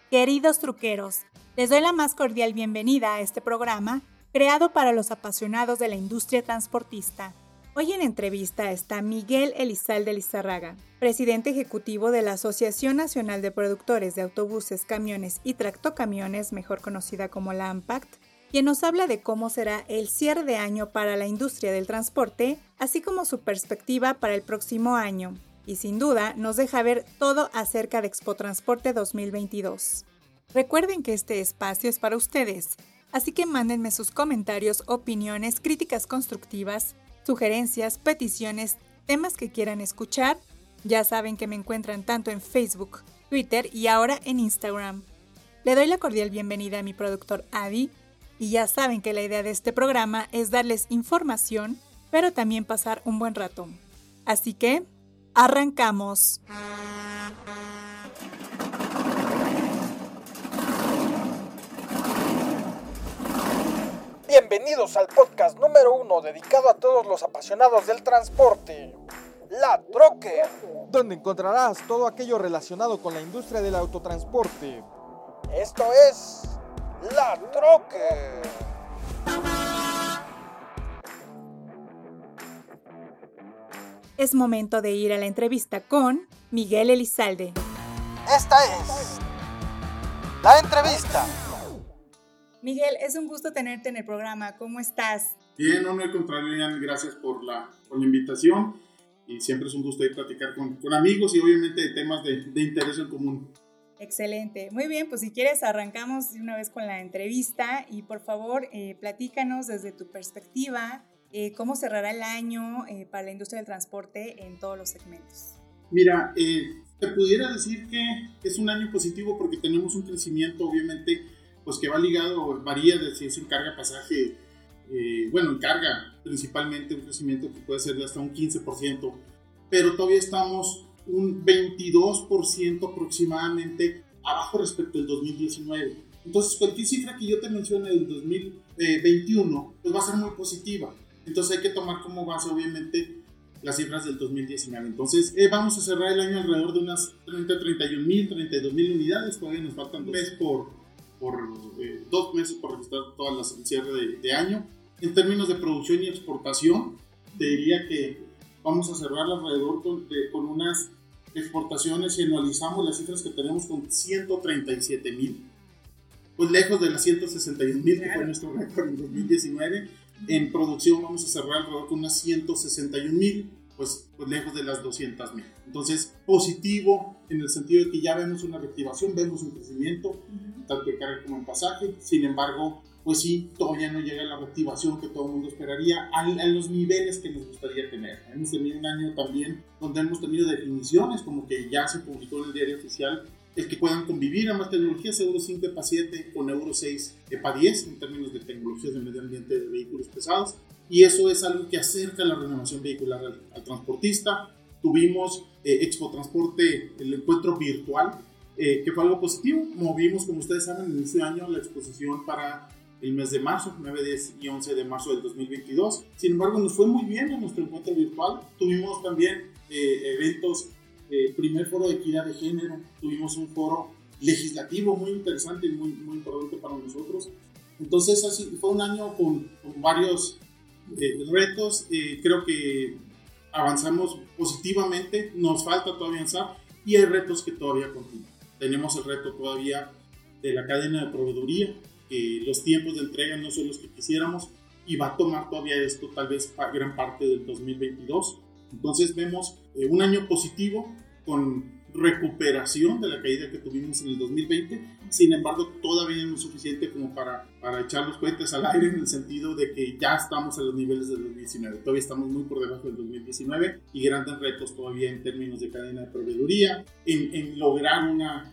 Queridos truqueros, les doy la más cordial bienvenida a este programa creado para los apasionados de la industria transportista. Hoy en entrevista está Miguel Elizalde Lizárraga, presidente ejecutivo de la Asociación Nacional de Productores de Autobuses, Camiones y Tractocamiones, mejor conocida como la ANPACT, quien nos habla de cómo será el cierre de año para la industria del transporte, así como su perspectiva para el próximo año. Y sin duda nos deja ver todo acerca de Expo Transporte 2022. Recuerden que este espacio es para ustedes, así que mándenme sus comentarios, opiniones, críticas constructivas, sugerencias, peticiones, temas que quieran escuchar. Ya saben que me encuentran tanto en Facebook, Twitter y ahora en Instagram. Le doy la cordial bienvenida a mi productor Adi, y ya saben que la idea de este programa es darles información, pero también pasar un buen rato. Así que ¡arrancamos! Bienvenidos al podcast número 1 dedicado a todos los apasionados del transporte, La Trocker, donde encontrarás todo aquello relacionado con la industria del autotransporte. Esto es La Trocker. Es momento de ir a la entrevista con Miguel Elizalde. Esta es la entrevista. Miguel, es un gusto tenerte en el programa. ¿Cómo estás? Bien, no, al contrario, Lilian, gracias por la invitación. Y siempre es un gusto ir platicar con amigos y obviamente de temas de interés en común. Excelente. Muy bien, pues si quieres arrancamos de una vez con la entrevista y por favor platícanos desde tu perspectiva cómo cerrará el año para la industria del transporte en todos los segmentos. Mira, te pudiera decir que es un año positivo porque tenemos un crecimiento obviamente pues que va ligado, varía de si es en carga, pasaje, en carga principalmente un crecimiento que puede ser de hasta un 15%, pero todavía estamos un 22% aproximadamente abajo respecto al 2019. Entonces cualquier cifra que yo te mencione del 2021 pues va a ser muy positiva. Entonces hay que tomar como base obviamente las cifras del 2019. Entonces vamos a cerrar el año alrededor de unas 31,000, 32,000 unidades. Todavía nos faltan 2 meses por registrar todas las cierre de año. En términos de producción y exportación, te diría que vamos a cerrar alrededor con unas exportaciones, si analizamos las cifras que tenemos, con 137,000, pues lejos de las 161,000 que fue nuestro récord en 2019. En producción vamos a cerrar alrededor con unas 161,000, pues lejos de las 200,000. Entonces, positivo en el sentido de que ya vemos una reactivación, vemos un crecimiento, tanto en carga como en pasaje. Sin embargo, pues sí, todavía no llega la reactivación que todo el mundo esperaría a los niveles que nos gustaría tener. Hemos tenido un año también donde hemos tenido definiciones, como que ya se publicó en el diario oficial, el que puedan convivir ambas tecnologías, Euro 5 EPA 7 con Euro 6 EPA 10, en términos de tecnologías de medio ambiente de vehículos pesados, y eso es algo que acerca la renovación vehicular al transportista. Tuvimos Expo Transporte, el encuentro virtual, que fue algo positivo. Movimos, como ustedes saben, en el inicio de año la exposición para el mes de marzo, 9, 10 y 11 de marzo del 2022. Sin embargo, nos fue muy bien en nuestro encuentro virtual. Tuvimos también eventos, primer foro de equidad de género, tuvimos un foro legislativo muy interesante y muy importante para nosotros. Entonces, así fue un año con varios retos. Creo que avanzamos positivamente, nos falta todavía avanzar y hay retos que todavía continúan. Tenemos el reto todavía de la cadena de proveeduría, que los tiempos de entrega no son los que quisiéramos y va a tomar todavía esto tal vez gran parte del 2022. Entonces vemos un año positivo con recuperación de la caída que tuvimos en el 2020. Sin embargo, todavía no es suficiente como para echar los cohetes al aire, en el sentido de que ya estamos a los niveles del 2019. Todavía estamos muy por debajo del 2019 y grandes retos todavía en términos de cadena de proveeduría, en lograr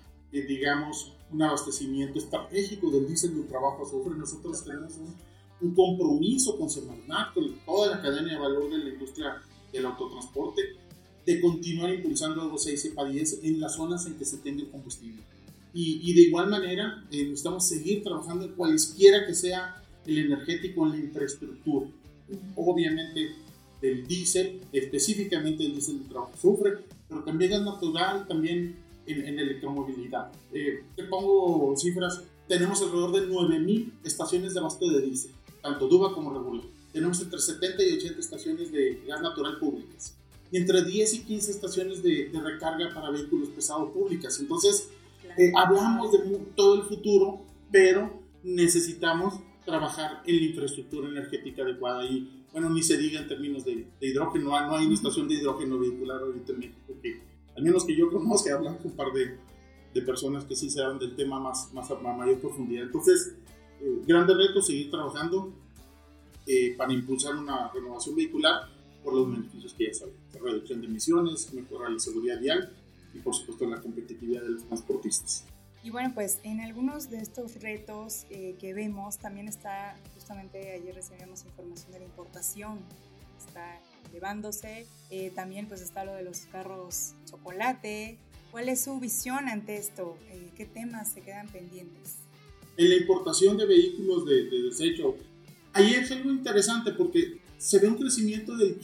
un abastecimiento estratégico del diésel del trabajo a azufre. Nosotros tenemos un compromiso con Semarnat, con toda la cadena de valor de la industria del autotransporte, de continuar impulsando Euro 6 EPA 10 en las zonas en que se tenga el combustible. Y de igual manera, necesitamos seguir trabajando en cualesquiera que sea el energético, en la infraestructura. Obviamente del diésel, específicamente el diésel de trabajo azufre, pero también gas natural, también en electromovilidad. Te pongo cifras, tenemos alrededor de 9,000 estaciones de abasto de diésel, tanto DUVA como regular. Tenemos entre 70 y 80 estaciones de gas natural públicas y entre 10 y 15 estaciones de recarga para vehículos pesados públicas. Entonces, hablamos de todo el futuro, pero necesitamos trabajar en la infraestructura energética adecuada y, bueno, ni se diga en términos de hidrógeno, no hay una estación de hidrógeno vehicular ahorita en México, que al menos que yo conozca, hablan con un par de personas que sí saben del tema más a mayor profundidad. Entonces, grandes retos, seguir trabajando para impulsar una renovación vehicular por los beneficios que ya saben, reducción de emisiones, mejorar la seguridad vial y por supuesto la competitividad de los transportistas. Y bueno, pues en algunos de estos retos que vemos también está, justamente ayer recibimos información de la importación, está elevándose, también pues está lo de los carros chocolate. ¿Cuál es su visión ante esto? ¿Qué temas se quedan pendientes? En la importación de vehículos de desecho, ahí es algo interesante porque se ve un crecimiento del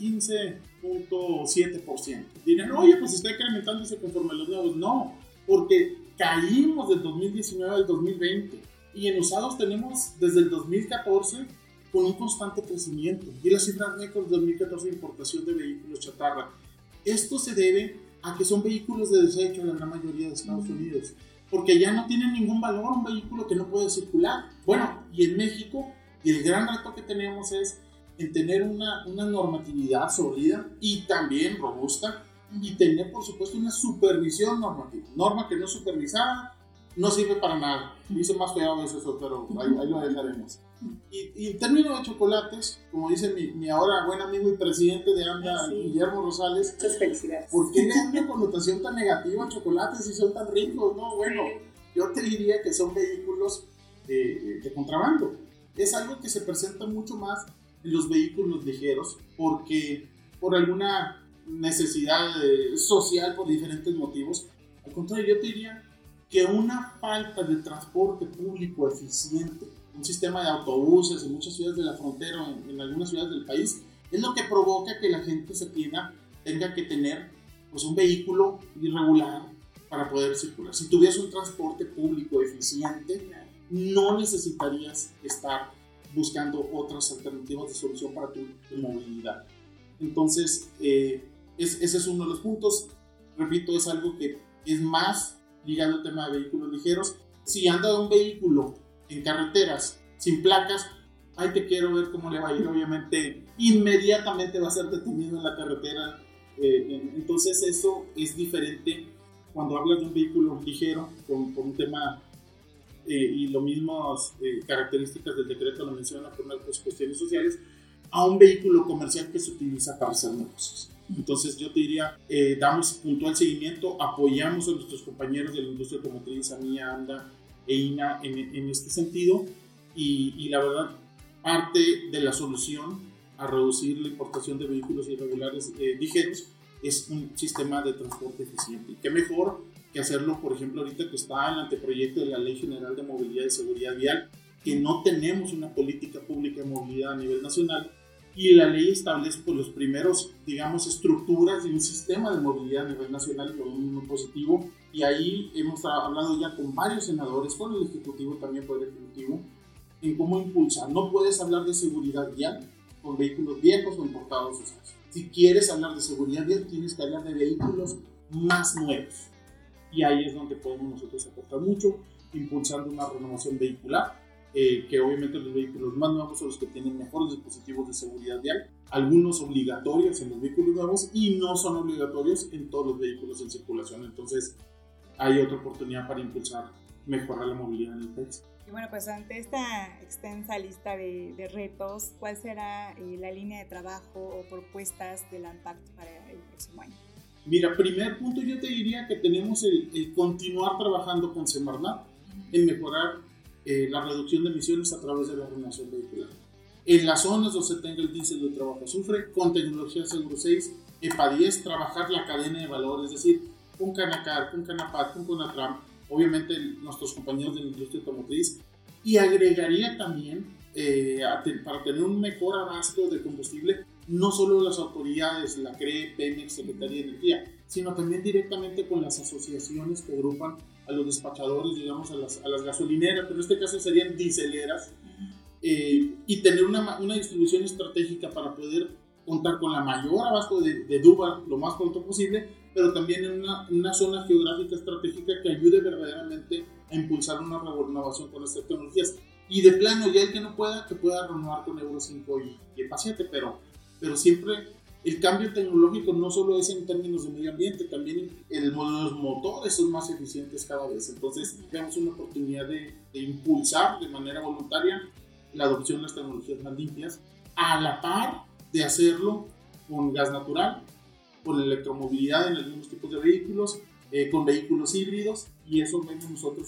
15.7%. Dirán, oye, pues está incrementándose conforme a los nuevos. No, porque caímos del 2019 al 2020 y en usados tenemos desde el 2014 con un constante crecimiento. Y la cifra récord del 2014 de importación de vehículos chatarra. Esto se debe a que son vehículos de desecho en la gran mayoría de Estados Unidos, porque ya no tienen ningún valor un vehículo que no puede circular. Bueno, y en México, y el gran reto que tenemos es en tener una normatividad sólida y también robusta, y tener, por supuesto, una supervisión normativa. Norma que no es supervisada no sirve para nada. Dice más feo a veces eso, pero ahí lo dejaremos. Y en términos de chocolates, como dice mi ahora buen amigo y presidente de AMDA, Guillermo Rosales, muchas felicidades. ¿Por qué le dan una connotación tan negativa a chocolates si son tan ricos? No, bueno, yo te diría que son vehículos de contrabando. Es algo que se presenta mucho más en los vehículos ligeros porque por alguna necesidad social, por diferentes motivos. Al contrario, yo te diría que una falta de transporte público eficiente, un sistema de autobuses en muchas ciudades de la frontera, en algunas ciudades del país, es lo que provoca que la gente tenga que tener pues, un vehículo irregular para poder circular. Si tuvieras un transporte público eficiente, no necesitarías estar buscando otras alternativas de solución para tu movilidad. Entonces, ese es uno de los puntos. Repito, es algo que es más ligado al tema de vehículos ligeros. Si anda un vehículo en carreteras sin placas, ahí te quiero ver cómo le va a ir. Obviamente, inmediatamente va a ser detenido en la carretera. Entonces, eso es diferente cuando hablas de un vehículo ligero con un tema y las mismas características del decreto lo menciona por otras cuestiones sociales, a un vehículo comercial que se utiliza para hacer negocios. Entonces yo te diría, damos puntual seguimiento, apoyamos a nuestros compañeros de la industria automotriz, AMIA, AMDA e INA en este sentido y la verdad, parte de la solución a reducir la importación de vehículos irregulares ligeros es un sistema de transporte eficiente. Y qué mejor que hacerlo, por ejemplo, ahorita que está el anteproyecto de la Ley General de Movilidad y Seguridad Vial, que no tenemos una política pública de movilidad a nivel nacional, y la ley establece por los primeros, digamos, estructuras de un sistema de movilidad a nivel nacional, lo mismo positivo, y ahí hemos hablado ya con varios senadores, con el Ejecutivo también, por el Ejecutivo, en cómo impulsar. No puedes hablar de seguridad vial con vehículos viejos o importados usados. Si quieres hablar de seguridad vial, tienes que hablar de vehículos más nuevos. Y ahí es donde podemos nosotros aportar mucho, impulsando una renovación vehicular, que obviamente los vehículos más nuevos son los que tienen mejores dispositivos de seguridad vial, algunos obligatorios en los vehículos nuevos y no son obligatorios en todos los vehículos en circulación. Entonces hay otra oportunidad para impulsar, mejorar la movilidad en el país. Y bueno, pues ante esta extensa lista de retos, ¿cuál será la línea de trabajo o propuestas de la ANTACT para el próximo año? Mira, primer punto yo te diría que tenemos el continuar trabajando con Semarnat en mejorar la reducción de emisiones a través de la renovación vehicular. En las zonas donde se tenga el diésel de trabajo azufre, con tecnología Seguro 6, EPA 10, trabajar la cadena de valor, es decir, con Canacar, con Canapat, con Conatram, obviamente nuestros compañeros de la industria automotriz, y agregaría también, para tener un mejor abasto de combustible, no solo las autoridades, la CRE, Pemex, Secretaría de Energía, sino también directamente con las asociaciones que agrupan a los despachadores, digamos, a las gasolineras, pero en este caso serían dieseleras, y tener una distribución estratégica para poder contar con la mayor abasto de Duba lo más pronto posible, pero también en una zona geográfica estratégica que ayude verdaderamente a impulsar una renovación con estas tecnologías. Y de plano, ya el que no pueda, que pueda renovar con Euro 5 y EPA 7, pero siempre el cambio tecnológico no solo es en términos de medio ambiente, también los motores son más eficientes cada vez. Entonces, tenemos una oportunidad de impulsar de manera voluntaria la adopción de las tecnologías más limpias, a la par de hacerlo con gas natural, con electromovilidad en algunos tipos de vehículos, con vehículos híbridos, y eso vemos nosotros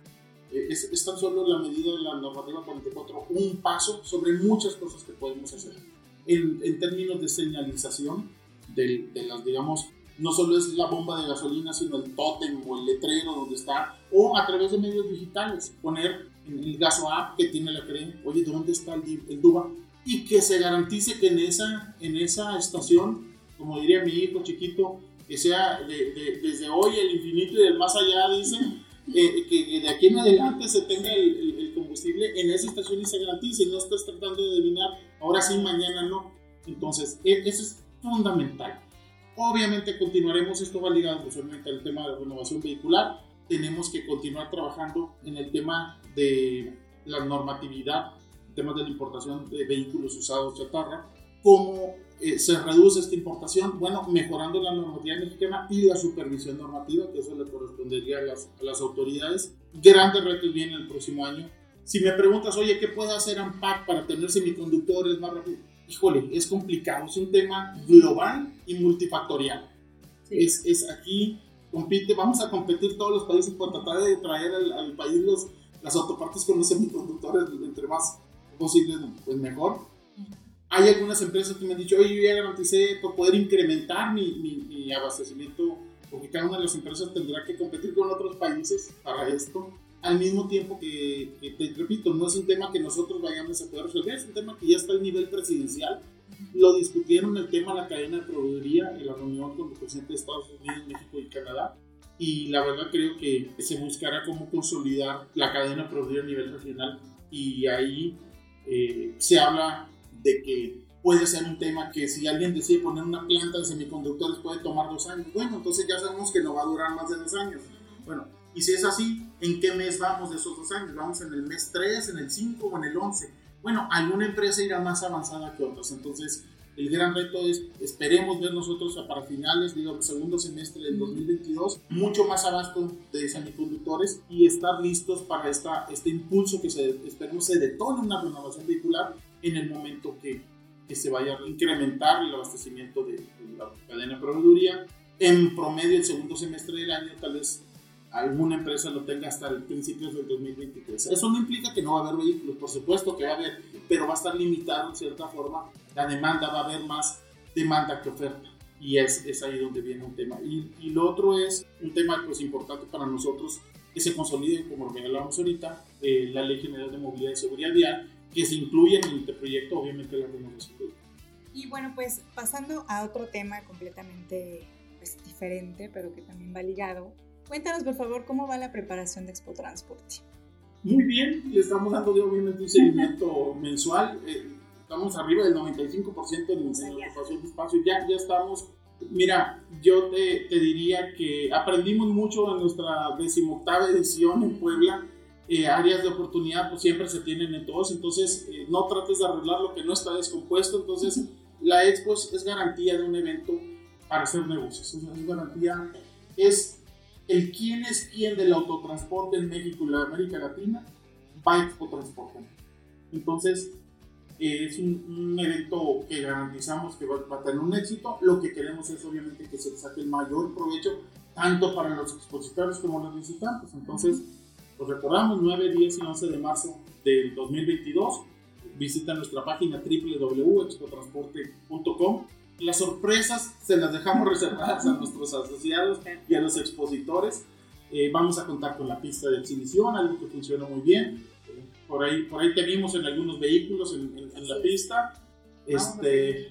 es tan solo la medida de la normativa 44, un paso sobre muchas cosas que podemos hacer. En términos de señalización, de las, digamos, no solo es la bomba de gasolina, sino el tótem o el letrero donde está, o a través de medios digitales, poner en el Gaso App que tiene la CRE, oye, ¿dónde está el Duba? Y que se garantice que en esa estación, como diría mi hijo chiquito, que sea desde hoy el infinito y del más allá, dicen, que de aquí en adelante se tenga el combustible en esa estación y se garantice, no estás tratando de adivinar, ahora sí, mañana no. Entonces, eso es fundamental. Obviamente continuaremos, esto va ligado usualmente al tema de la renovación vehicular, tenemos que continuar trabajando en el tema de la normatividad, temas de la importación de vehículos usados chatarra, cómo se reduce esta importación, bueno, mejorando la normatividad mexicana y la supervisión normativa, que eso le correspondería a las autoridades. Grandes retos vienen el próximo año. Si me preguntas, oye, ¿qué puede hacer ANPAC para tener semiconductores más rápido? Híjole, es complicado, es un tema global y multifactorial. Sí. Es aquí, vamos a competir todos los países por tratar de traer al país las autopartes con los semiconductores, entre más posible, pues mejor. Hay algunas empresas que me han dicho, oye, yo ya garanticé por poder incrementar mi abastecimiento, porque cada una de las empresas tendrá que competir con otros países para esto. Al mismo tiempo que te repito, no es un tema que nosotros vayamos a poder resolver, es un tema que ya está a nivel presidencial. Lo discutieron el tema de la cadena de proveeduría en la reunión con el presidente de Estados Unidos, México y Canadá. Y la verdad creo que se buscará cómo consolidar la cadena de proveeduría a nivel regional. Y ahí se habla de que puede ser un tema que si alguien decide poner una planta de semiconductores puede tomar 2 años. Bueno, entonces ya sabemos que no va a durar más de 2 años. Bueno, y si es así, ¿en qué mes vamos de esos 2 años? ¿Vamos en el mes 3, en el 5 o en el 11? Bueno, alguna empresa irá más avanzada que otras. Entonces, el gran reto es, esperemos ver nosotros para finales, el segundo semestre del 2022, mucho más abasto de semiconductores y estar listos para este impulso que esperemos se detone una renovación vehicular en el momento que se vaya a incrementar el abastecimiento de la cadena de proveeduría. En promedio, el segundo semestre del año, tal vez alguna empresa lo tenga hasta el principios del 2023. Eso no implica que no va a haber vehículos, por supuesto que va a haber, pero va a estar limitado en cierta forma. La demanda, va a haber más demanda que oferta, y es ahí donde viene un tema. Y lo otro es un tema pues importante para nosotros, que se consolide, como lo hablábamos ahorita, la Ley General de Movilidad y Seguridad Vial, que se incluye en el proyecto, obviamente, la renovación. Y bueno, pues pasando a otro tema completamente diferente, pero que también va ligado, cuéntanos por favor cómo va la preparación de Expo Transporte. Muy bien, le estamos dando obviamente un seguimiento mensual, estamos arriba del 95% en la ocupación de espacio, ya estamos. Mira, yo te diría que aprendimos mucho en nuestra 18ª edición en Puebla. Áreas de oportunidad pues siempre se tienen en todos, entonces no trates de arreglar lo que no está descompuesto. Entonces la Expo es garantía de un evento para hacer negocios, es garantía, es el quién es quién del autotransporte en México y la América Latina, va a Expo Transporte. Entonces es un evento que garantizamos que va a tener un éxito. Lo que queremos es obviamente que se saque el mayor provecho tanto para los expositores como los visitantes. Entonces los recordamos, 9, 10 y 11 de marzo del 2022. Visita nuestra página www.expotransporte.com. Las sorpresas se las dejamos reservadas a nuestros asociados y a los expositores. Vamos a contar con la pista de exhibición, algo que funciona muy bien. Por ahí te vimos en algunos vehículos en la pista.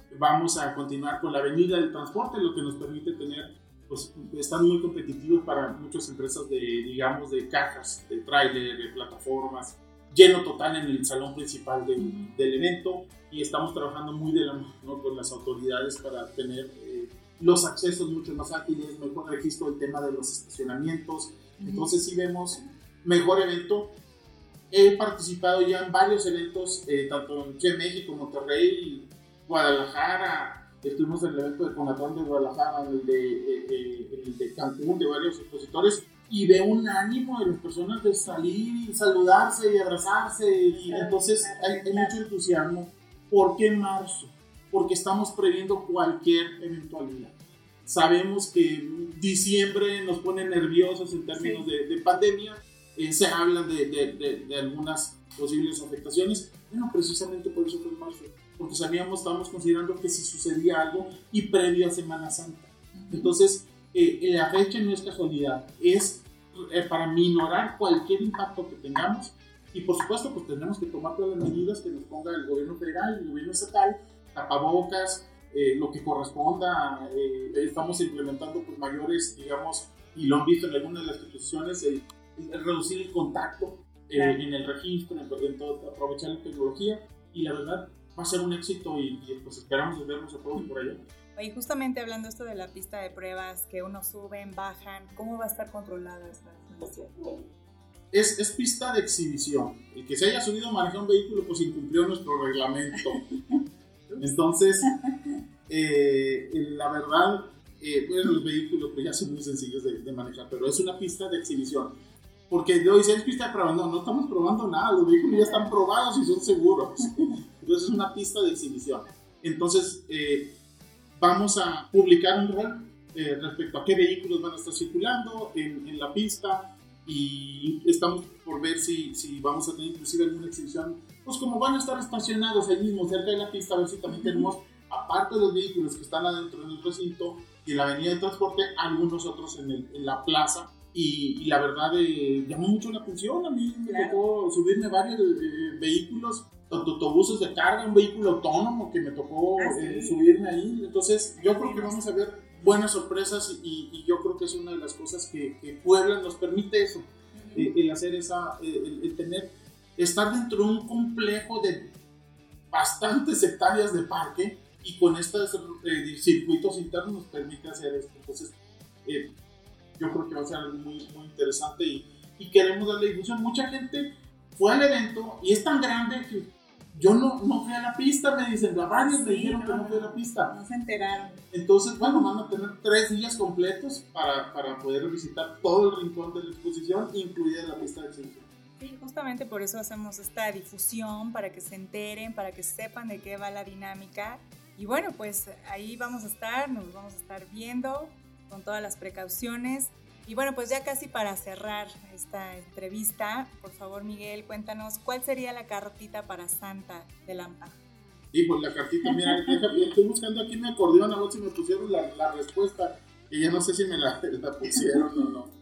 Vamos a continuar con la avenida del transporte, lo que nos permite tener, pues, están muy competitivos para muchas empresas de cajas, de tráiler, de plataformas, lleno total en el salón principal del evento, y estamos trabajando muy de la mano con las autoridades para tener los accesos mucho más ágiles, mejor registro del tema de los estacionamientos. Entonces sí vemos mejor evento. He participado ya en varios eventos, tanto en Ciudad de México, Monterrey, Guadalajara. Estuvimos en el evento de Conatón de Guadalajara, en el de Cancún, de varios expositores, y veo un ánimo de las personas de salir y saludarse y abrazarse, y entonces hay mucho entusiasmo. ¿Por qué en marzo? Porque estamos previendo cualquier eventualidad. Sabemos que diciembre nos pone nerviosos en términos de pandemia, se habla de algunas posibles afectaciones. Bueno, precisamente por eso fue en marzo, porque estábamos considerando que si sucedía algo y previo a Semana Santa. Entonces, la fecha no es casualidad, es para minorar cualquier impacto que tengamos, y por supuesto pues tenemos que tomar todas las medidas que nos ponga el gobierno federal, el gobierno estatal, tapabocas, lo que corresponda. Estamos implementando pues mayores, digamos, y lo han visto en algunas de las instituciones, el reducir el contacto en el registro, en todo, aprovechar la tecnología, y la verdad va a ser un éxito, y pues esperamos vernos a todos por allá. Y justamente hablando esto de la pista de pruebas, que unos suben, bajan, ¿cómo va a estar controlada esta transmisión? Es pista de exhibición. El que se haya subido a manejar un vehículo pues incumplió nuestro reglamento. Entonces, la verdad, pues los vehículos pues ya son muy sencillos de manejar, pero es una pista de exhibición. Porque yo decía, es pista de pruebas. No estamos probando nada, los vehículos ya están probados y son seguros. Entonces es una pista de exhibición. Entonces, vamos a publicar un rol respecto a qué vehículos van a estar circulando en la pista, y estamos por ver si vamos a tener inclusive alguna exhibición, pues como van a estar estacionados ahí mismo cerca de la pista, a ver si también tenemos, aparte de los vehículos que están adentro del recinto y en la avenida de transporte, algunos otros en la plaza. Y la verdad llamó mucho la atención. A mí me tocó subirme varios vehículos, autobuses de carga, un vehículo autónomo que me tocó subirme ahí. Entonces yo creo que vamos a ver buenas sorpresas, y yo creo que es una de las cosas que Puebla nos permite eso, el hacer estar dentro de un complejo de bastantes hectáreas de parque, y con estos circuitos internos nos permite hacer esto. Entonces yo creo que va a ser algo muy, muy interesante, y queremos darle difusión. Mucha gente fue al evento y es tan grande que yo no fui a la pista, me dicen, varios me dijeron que no fui a la pista. No se enteraron. Entonces, bueno, van a tener 3 días completos para poder visitar todo el rincón de la exposición, incluida la pista de exhibición. Sí, justamente por eso hacemos esta difusión, para que se enteren, para que sepan de qué va la dinámica. Y bueno, pues ahí vamos a estar, nos vamos a estar viendo con todas las precauciones. Y bueno, pues ya casi para cerrar esta entrevista, por favor, Miguel, cuéntanos, ¿cuál sería la cartita para Santa de Lampa? Sí, pues la cartita, mira, estoy buscando aquí mi acordeón, a ver si me pusieron la respuesta, que ya no sé si me la pusieron o no.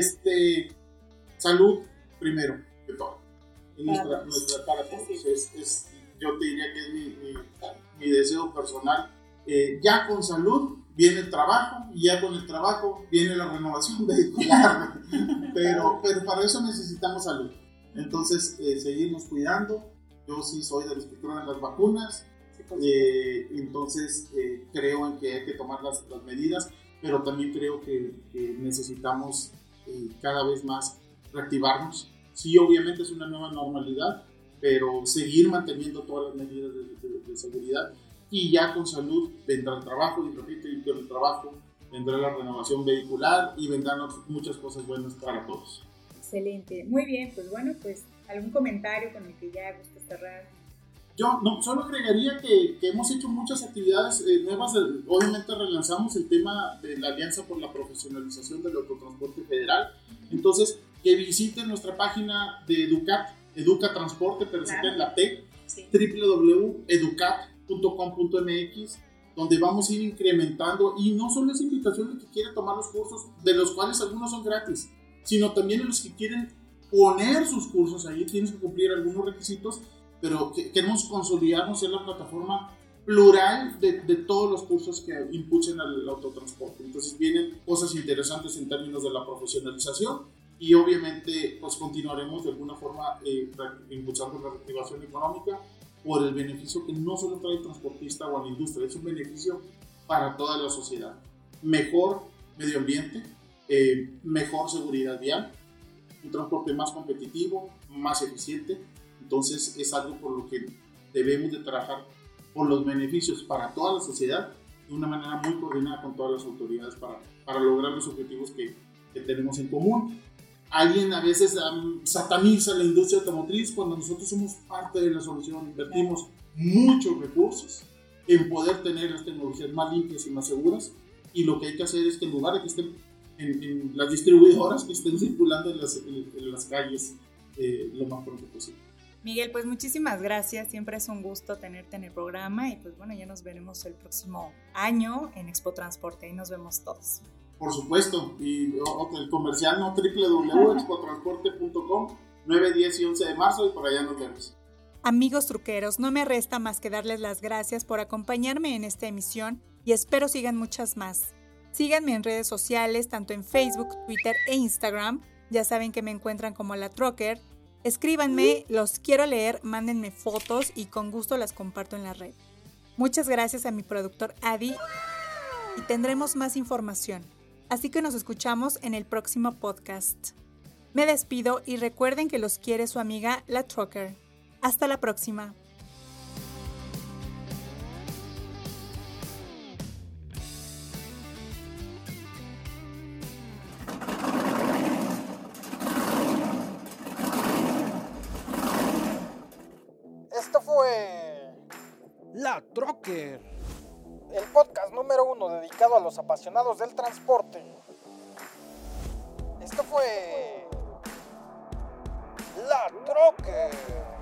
Salud primero que todo. Nuestra para todos. Yo te diría que es mi deseo personal. Ya con salud viene el trabajo, y ya con el trabajo viene la renovación vehicular, pero para eso necesitamos salud. Entonces, seguirnos cuidando. Yo sí soy de los que creen en las vacunas, entonces creo en que hay que tomar las medidas, pero también creo que necesitamos cada vez más reactivarnos. Sí, obviamente es una nueva normalidad, pero seguir manteniendo todas las medidas de seguridad. Y ya con salud vendrá el trabajo, y repito, y con el trabajo vendrá la renovación vehicular, y vendrán muchas cosas buenas para todos. Excelente, muy bien, pues bueno, pues algún comentario con el que ya guste cerrar. Yo solo agregaría que hemos hecho muchas actividades nuevas. Obviamente relanzamos el tema de la Alianza por la Profesionalización del Autotransporte Federal. Entonces, que visiten nuestra página de Educa Transporte, pero se queda en la T, www.educat.com.mx, donde vamos a ir incrementando, y no solo es invitación de que quieren tomar los cursos, de los cuales algunos son gratis, sino también los que quieren poner sus cursos ahí, tienes que cumplir algunos requisitos, pero queremos consolidarnos en la plataforma plural de todos los cursos que impulsen al autotransporte. Entonces vienen cosas interesantes en términos de la profesionalización y obviamente pues continuaremos de alguna forma impulsando la reactivación económica por el beneficio que no solo trae el transportista o a la industria, es un beneficio para toda la sociedad. Mejor medio ambiente, mejor seguridad vial, un transporte más competitivo, más eficiente. Entonces es algo por lo que debemos de trabajar por los beneficios para toda la sociedad de una manera muy coordinada con todas las autoridades para lograr los objetivos que tenemos en común. Alguien a veces sataniza la industria automotriz cuando nosotros somos parte de la solución. Invertimos muchos recursos en poder tener las tecnologías más limpias y más seguras, y lo que hay que hacer es que en lugar de que estén en las distribuidoras, que estén circulando en las calles lo más pronto posible. Miguel, pues muchísimas gracias, siempre es un gusto tenerte en el programa y pues bueno, ya nos veremos el próximo año en Expo Transporte, ahí nos vemos todos. Por supuesto, y el comercial, ¿no? www.expotransporte.com, 9, 10 y 11 de marzo, y por allá nos vemos. Amigos truqueros, no me resta más que darles las gracias por acompañarme en esta emisión y espero sigan muchas más. Síganme en redes sociales, tanto en Facebook, Twitter e Instagram, ya saben que me encuentran como La Trocker. Escríbanme, los quiero leer, mándenme fotos y con gusto las comparto en la red. Muchas gracias a mi productor Adi y tendremos más información. Así que nos escuchamos en el próximo podcast. Me despido y recuerden que los quiere su amiga La Trocker. Hasta la próxima. Esto fue La Trocker, el podcast número 1 dedicado a los apasionados del transporte. Esto fue La Trocker.